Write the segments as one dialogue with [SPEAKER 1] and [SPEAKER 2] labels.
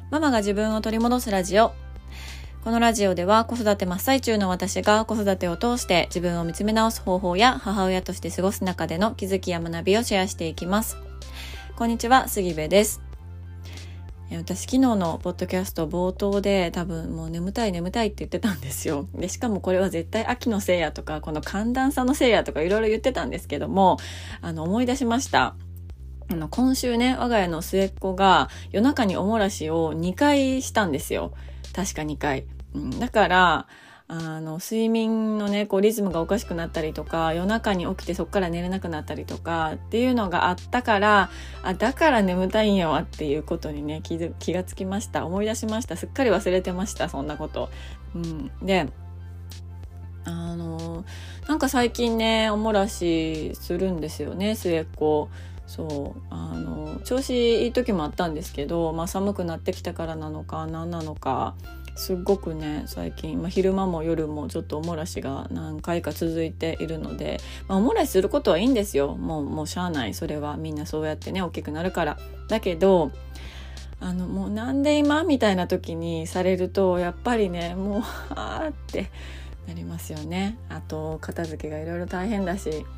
[SPEAKER 1] ママが自分を取り戻すラジオ。このラジオでは子育て真っ最中の私が子育てを通して自分を見つめ直す方法や母親として過ごす中での気づきや学びをシェアしていきます。こんにちは、杉部です。私昨日のポッドキャスト冒頭で多分もう眠たいって言ってたんですよ。でしかもこれは絶対秋のせいやとかこの寒暖差のせいやとかいろいろ言ってたんですけども、思い出しました。今週ね、我が家の末っ子が夜中におもらしを2回したんですよ。確か2回。だから睡眠のねリズムがおかしくなったりとか、夜中に起きてそこから寝れなくなったりとかっていうのがあったから、だから眠たいんやわっていうことにね気がつきました。思い出しました。すっかり忘れてました、そんなこと。でなんか最近ねおもらしするんですよね、末っ子。そう調子いい時もあったんですけど、寒くなってきたからなのか何なのかすっごくね最近、昼間も夜もちょっとおもらしが何回か続いているので、おもらしすることはいいんですよ。もうしゃあない。それはみんなそうやってね大きくなるから。だけどもうなんで今みたいな時にされるとやっぱりねもうってなりますよね。あと片付けがいろいろ大変だし、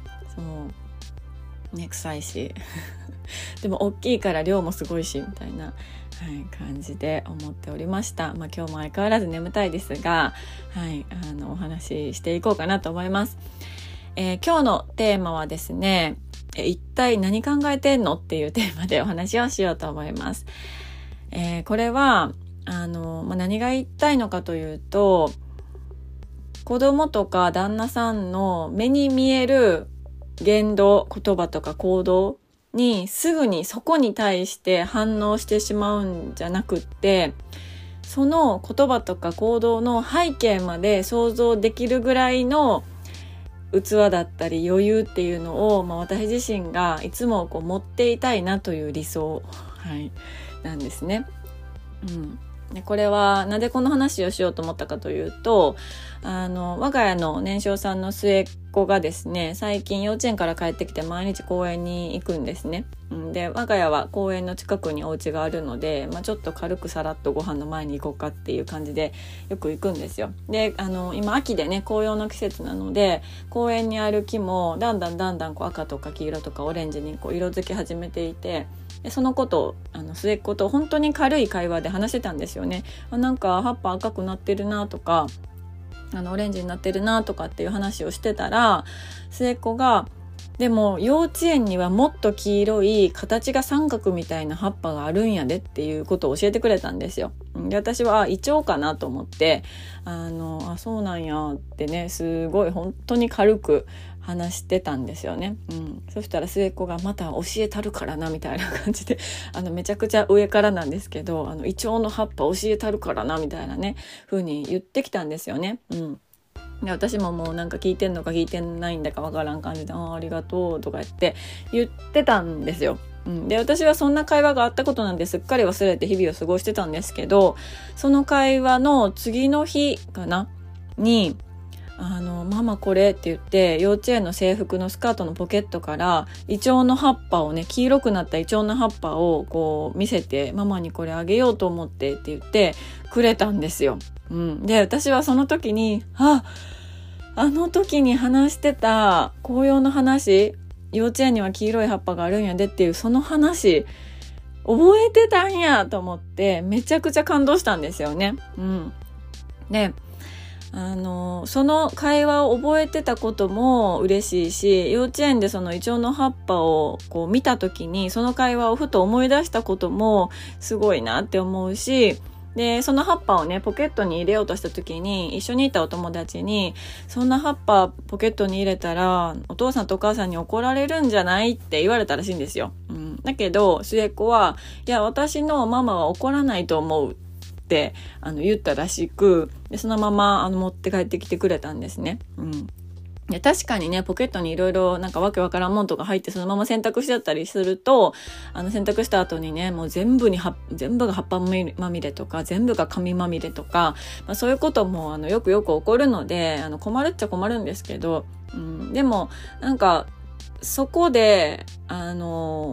[SPEAKER 1] 臭いしでも大きいから量もすごいしみたいな、感じで思っておりました。今日も相変わらず眠たいですが、お話ししていこうかなと思います。今日のテーマはですね、一体何考えてんのっていうテーマでお話をしようと思います。これは何が言いたいのかというと、子供とか旦那さんの目に見える言動、言葉とか行動にすぐにそこに対して反応してしまうんじゃなくって、その言葉とか行動の背景まで想像できるぐらいの器だったり余裕っていうのを、私自身がいつも持っていたいなという理想、なんですね。でこれはなぜこの話をしようと思ったかというと、我が家の年少さんの末っ子がですね、最近幼稚園から帰ってきて毎日公園に行くんですね。で我が家は公園の近くにお家があるので、ちょっと軽くさらっとご飯の前に行こうかっていう感じでよく行くんですよ。で今秋でね紅葉の季節なので、公園にある木もだんだん赤とか黄色とかオレンジに色づき始めていて、でそのことを末っ子と本当に軽い会話で話してたんですよね。なんか葉っぱ赤くなってるなとかオレンジになってるなとかっていう話をしてたら、末っ子がでも幼稚園にはもっと黄色い形が三角みたいな葉っぱがあるんやでっていうことを教えてくれたんですよ。で私はイチョウかなと思ってそうなんやってね、すごい本当に軽く話してたんですよね。そしたら末っ子がまた教えたるからなみたいな感じでめちゃくちゃ上からなんですけど、イチョウの葉っぱ教えたるからなみたいなね風に言ってきたんですよね。で私ももうなんか聞いてんのか聞いてないんだかわからん感じでありがとうとか言ってたんですよ。で私はそんな会話があったことなんですっかり忘れて日々を過ごしてたんですけど、その会話の次の日かなにママこれって言って幼稚園の制服のスカートのポケットからイチョウの葉っぱをね、黄色くなったイチョウの葉っぱを見せて、ママにこれあげようと思ってって言ってくれたんですよ。で私はその時にあの時に話してた紅葉の話、幼稚園には黄色い葉っぱがあるんやでっていうその話覚えてたんやと思ってめちゃくちゃ感動したんですよね。でその会話を覚えてたことも嬉しいし、幼稚園でそのイチョウの葉っぱを見た時にその会話をふと思い出したこともすごいなって思うし、でその葉っぱをねポケットに入れようとした時に一緒にいたお友達に、そんな葉っぱポケットに入れたらお父さんとお母さんに怒られるんじゃないって言われたらしいんですよ。だけど末っ子はいや私のママは怒らないと思うって言ったらしく、でそのまま持って帰ってきてくれたんですね。で確かにねポケットにいろいろなんかわけわからんもんとか入ってそのまま洗濯しちゃったりすると洗濯した後にねもう全部が葉っぱまみれとか全部が紙まみれとか、そういうこともよく起こるので困るっちゃ困るんですけど、でもなんかそこで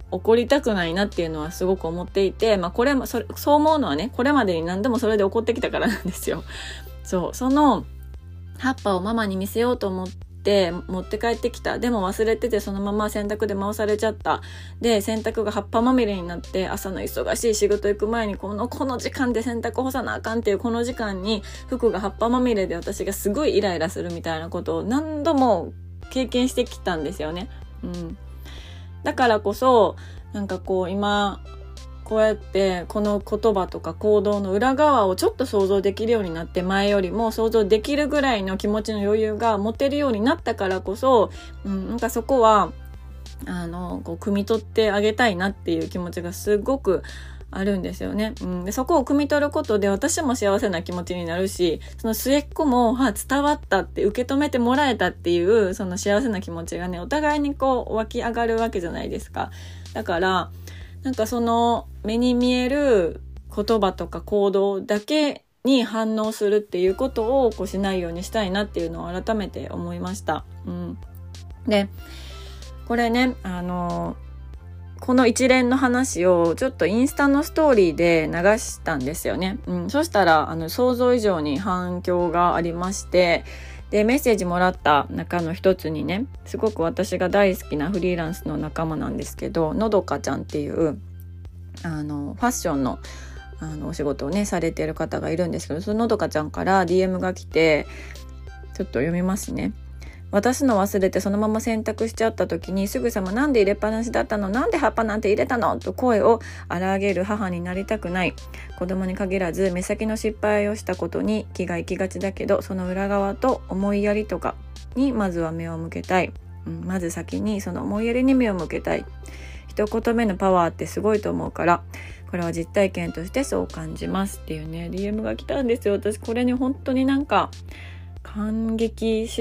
[SPEAKER 1] 怒りたくないなっていうのはすごく思っていて、これもそう思うのはね、これまでに何でもそれで怒ってきたからなんですよ。その葉っぱをママに見せようと思って持って帰ってきた。でも忘れててそのまま洗濯で回されちゃった。で、洗濯が葉っぱまみれになって、朝の忙しい仕事行く前にこの時間で洗濯干さなあかんっていうこの時間に服が葉っぱまみれで私がすごいイライラするみたいなことを何度も経験してきたんですよね。だからこそ今こうやってこの言葉とか行動の裏側をちょっと想像できるようになって、前よりも想像できるぐらいの気持ちの余裕が持てるようになったからこそ、そこは汲み取ってあげたいなっていう気持ちがすごくあるんですよね。でそこを汲み取ることで私も幸せな気持ちになるし、その末っ子も伝わったって受け止めてもらえたっていうその幸せな気持ちがね、お互いに湧き上がるわけじゃないですか。だからその目に見える言葉とか行動だけに反応するっていうことをしないようにしたいなっていうのを改めて思いました。で、これね、この一連の話をちょっとインスタのストーリーで流したんですよね。そしたら想像以上に反響がありまして、でメッセージもらった中の一つにね、すごく私が大好きなフリーランスの仲間なんですけど、のどかちゃんっていうファッションのお仕事をねされている方がいるんですけど、そののどかちゃんから DM が来て、ちょっと読みますね。私の忘れてそのまま洗濯しちゃった時にすぐさまなんで入れっぱなしだったの、なんで葉っぱなんて入れたのと声を荒げる母になりたくない。子供に限らず目先の失敗をしたことに気が行きがちだけど、その裏側と思いやりとかにまずは目を向けたい。まず先にその思いやりに目を向けたい。一言目のパワーってすごいと思うから、これは実体験としてそう感じますっていうね DM が来たんですよ。私これに本当に感激して、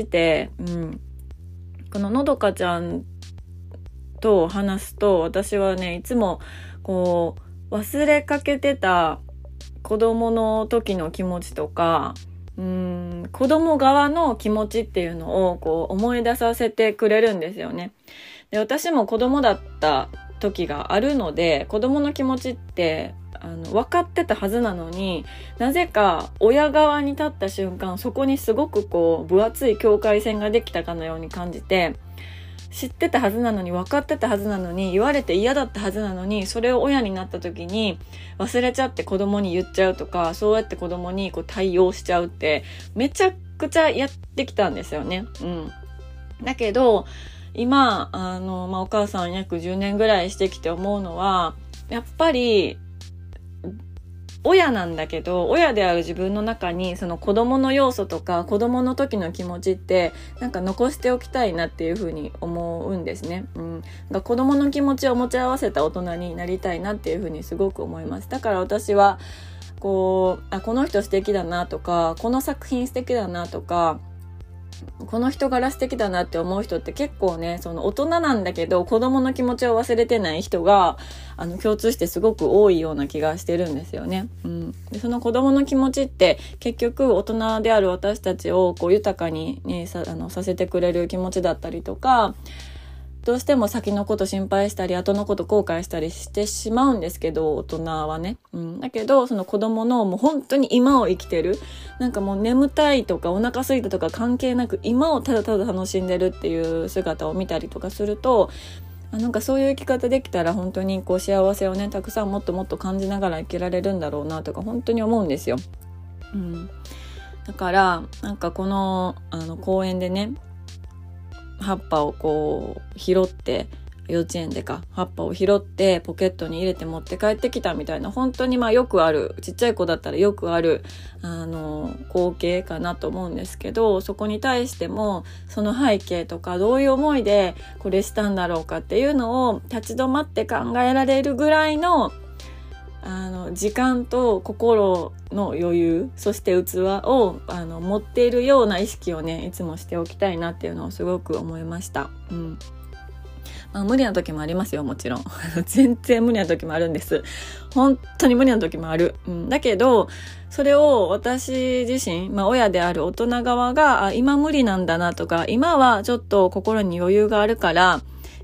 [SPEAKER 1] こののどかちゃんと話すと、私はねいつも忘れかけてた子供の時の気持ちとか、子供側の気持ちっていうのを思い出させてくれるんですよね。で、私も子供だった時があるので、子供の気持ちって分かってたはずなのに、なぜか親側に立った瞬間、そこにすごく分厚い境界線ができたかのように感じて、知ってたはずなのに、分かってたはずなのに、言われて嫌だったはずなのに、それを親になった時に忘れちゃって子供に言っちゃうとか、そうやって子供に対応しちゃうってめちゃくちゃやってきたんですよね。だけど今お母さん約10年ぐらいしてきて思うのは、やっぱり親なんだけど、親である自分の中にその子供の要素とか子供の時の気持ちって残しておきたいなっていうふうに思うんですね。子供の気持ちを持ち合わせた大人になりたいなっていうふうにすごく思います。だから私はこの人素敵だなとか、この作品素敵だなとか、この人柄素敵だなって思う人って結構ね、その大人なんだけど子供の気持ちを忘れてない人が共通してすごく多いような気がしてるんですよね。でその子供の気持ちって結局大人である私たちを豊かに、ね、させてくれる気持ちだったりとか、どうしても先のこと心配したり後のこと後悔したりしてしまうんですけど、大人はね、だけどその子供のもう本当に今を生きてる、もう眠たいとかお腹空いたとか関係なく今をただただ楽しんでるっていう姿を見たりとかすると、そういう生き方できたら本当に幸せをねたくさんもっともっと感じながら生きられるんだろうなとか本当に思うんですよ。だからこの公園でね、葉っぱを拾って、幼稚園で葉っぱを拾ってポケットに入れて持って帰ってきたみたいな、本当によくある、ちっちゃい子だったらよくある光景かなと思うんですけど、そこに対してもその背景とかどういう思いでこれしたんだろうかっていうのを立ち止まって考えられるぐらいの時間と心の余裕、そして器を持っているような意識をねいつもしておきたいなっていうのをすごく思いました。無理な時もありますよ、もちろん全然無理な時もあるんです。本当に無理な時もある。だけどそれを私自身、親である大人側が今無理なんだなとか、今はちょっと心に余裕があるから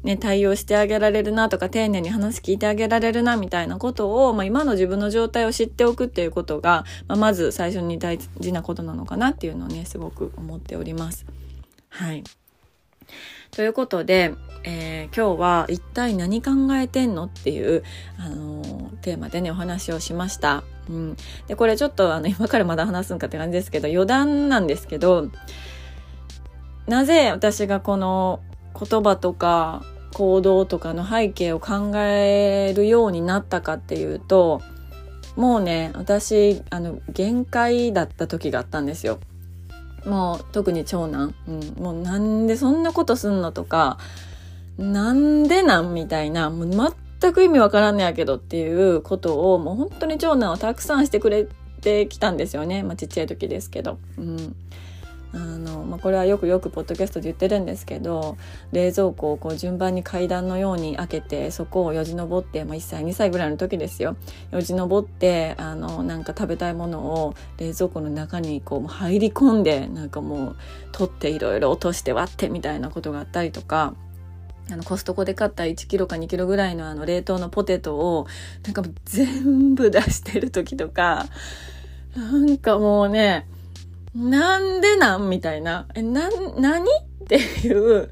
[SPEAKER 1] ね、対応してあげられるなとか、丁寧に話聞いてあげられるなみたいなことを、今の自分の状態を知っておくっていうことが、まず最初に大事なことなのかなっていうのをね、すごく思っております。はい。ということで、今日は一体何考えてんのっていう、テーマでねお話をしました。でこれちょっと今からまだ話すんかって感じですけど、余談なんですけど、なぜ私がこの言葉とか行動とかの背景を考えるようになったかっていうと、もうね私限界だった時があったんですよ。もう特に長男、もうなんでそんなことすんのとか、なんでなんみたいな、もう全く意味わからんねやけどっていうことをもう本当に長男はたくさんしてくれてきたんですよね。ちっちゃい時ですけど、これはよくポッドキャストで言ってるんですけど、冷蔵庫をこう順番に階段のように開けて、そこをよじ登って、1歳2歳ぐらいの時ですよ、よじ登ってなんか食べたいものを冷蔵庫の中にこう入り込んで、なんかもう取っていろいろ落として割ってみたいなことがあったりとか、コストコで買った1キロか2キロぐらいの冷凍のポテトをなんかもう全部出してる時とか、なんかもうね、なんでなんみたいな、何っていう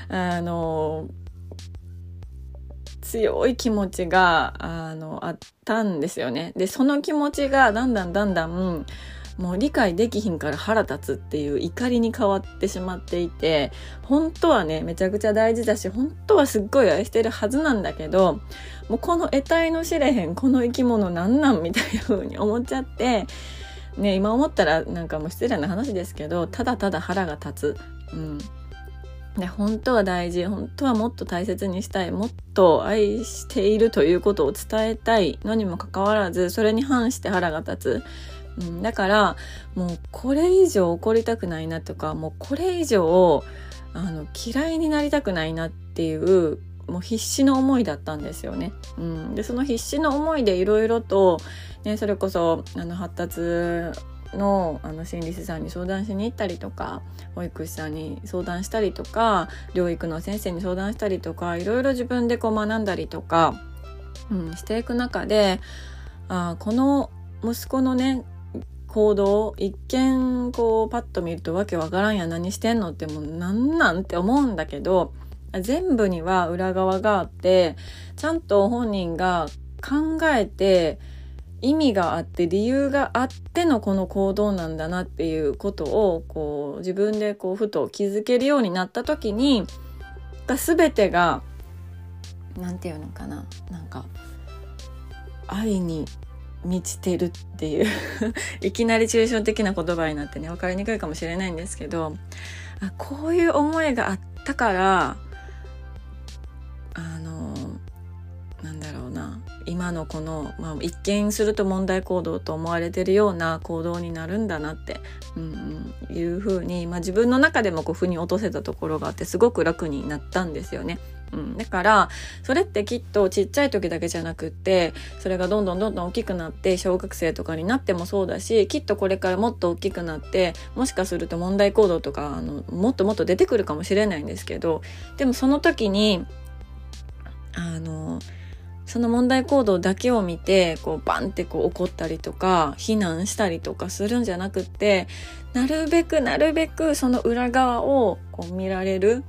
[SPEAKER 1] 強い気持ちがあったんですよね。でその気持ちがだんだんもう理解できひんから腹立つっていう怒りに変わってしまっていて、本当はねめちゃくちゃ大事だし、本当はすっごい愛してるはずなんだけど、もうこの得体の知れへんこの生き物なんなんみたいな風に思っちゃってね、今思ったらなんかもう失礼な話ですけど、ただただ腹が立つ。で本当は大事、本当はもっと大切にしたい、もっと愛しているということを伝えたいのにもかかわらず、それに反して腹が立つ。だからもうこれ以上怒りたくないなとか、もうこれ以上嫌いになりたくないなっていうもう必死の思いだったんですよね。でその必死の思いでいろいろと、ね、それこそ発達の心理師さんに相談しに行ったりとか、保育士さんに相談したりとか、療育の先生に相談したりとか、いろいろ自分でこう学んだりとか、していく中で、この息子のね行動、一見こうパッと見るとわけわからんや、何してんのってもうなんて思うんだけど、全部には裏側があって、ちゃんと本人が考えて意味があって理由があってのこの行動なんだなっていうことをこう自分でこうふと気づけるようになった時に、全てがなんていうのかな、なんか愛に満ちてるっていういきなり抽象的な言葉になってね分かりにくいかもしれないんですけど、こういう思いがあったからなんだろうな、今のこの、一見すると問題行動と思われてるような行動になるんだなって、いうふうに、自分の中でもこう腑に落とせたところがあって、すごく楽になったんですよね。だからそれってきっとちっちゃい時だけじゃなくって、それがどんどん大きくなって小学生とかになってもそうだし、きっとこれからもっと大きくなって、もしかすると問題行動とかもっともっと出てくるかもしれないんですけど、でもその時にその問題行動だけを見てこうバンってこう怒ったりとか非難したりとかするんじゃなくって、なるべくその裏側をこう見られる、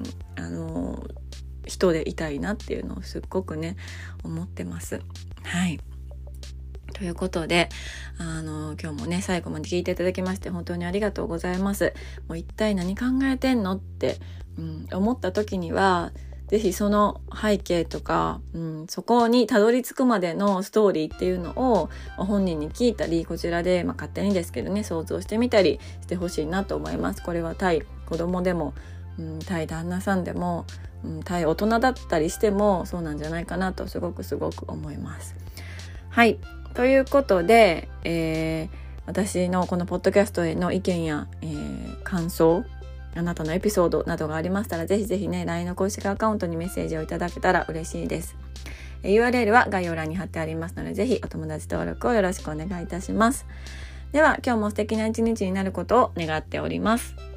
[SPEAKER 1] 人でいたいなっていうのをすっごくね思ってます。はい。ということで今日もね最後まで聞いていただきまして本当にありがとうございます。もう一体何考えてんのって、思った時にはぜひその背景とか、そこにたどり着くまでのストーリーっていうのを本人に聞いたり、こちらで、勝手にですけどね想像してみたりしてほしいなと思います。これは対子供でも、対旦那さんでも、対大人だったりしてもそうなんじゃないかなとすごく思います。はい、ということで、私のこのポッドキャストへの意見や、感想、あなたのエピソードなどがありましたら、ぜひね LINE の公式アカウントにメッセージをいただけたら嬉しいです。URL は概要欄に貼ってありますので、ぜひお友達登録をよろしくお願いいたします。では今日も素敵な一日になることを願っております。